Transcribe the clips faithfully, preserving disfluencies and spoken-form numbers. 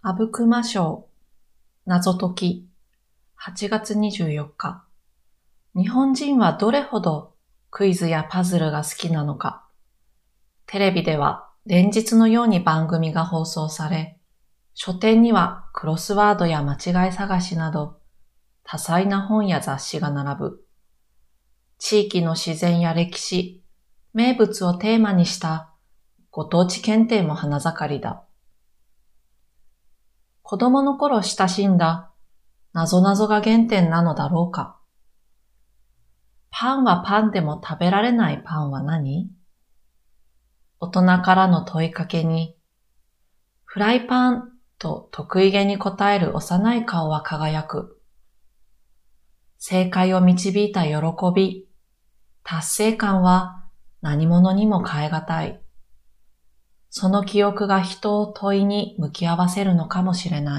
阿武隈賞謎解きはちがつにじゅうよっか。日本人はどれほどクイズやパズルが好きなのか。テレビでは連日のように番組が放送され、書店にはクロスワードや間違い探しなど多彩な本や雑誌が並ぶ。地域の自然や歴史、名物をテーマにしたご当地検定も花盛りだ。子供の頃親しんだ謎々が原点なのだろうか。パンはパンでも食べられないパンは何？大人からの問いかけに、フライパンと得意げに答える幼い顔は輝く。正解を導いた喜び、達成感は何者にも代え難い。その記憶が人を問いに向き合わせるのかもしれない。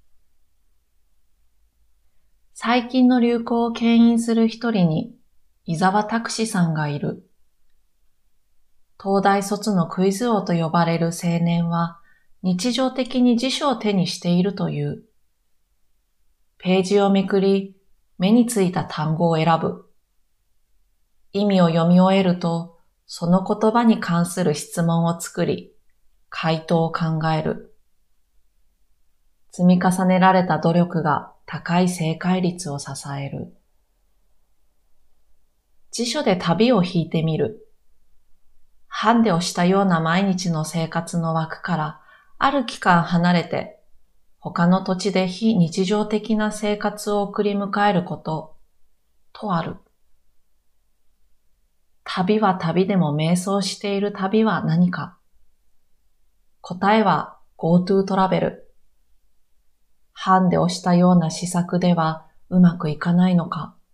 最近の流行を牽引する一人に、伊沢拓司さんがいる。東大卒のクイズ王と呼ばれる青年は、日常的に辞書を手にしているという。ページをめくり、目についた単語を選ぶ。意味を読み終えると、その言葉に関する質問を作り、回答を考える。積み重ねられた努力が高い正解率を支える。辞書で旅を引いてみる。ハンデをしたような毎日の生活の枠からある期間離れて、他の土地で非日常的な生活を送り迎えること、とある。旅は旅でも迷走している旅は何か。答えは GoTo トラベル。ハンデをしたような施策ではうまくいかないのか。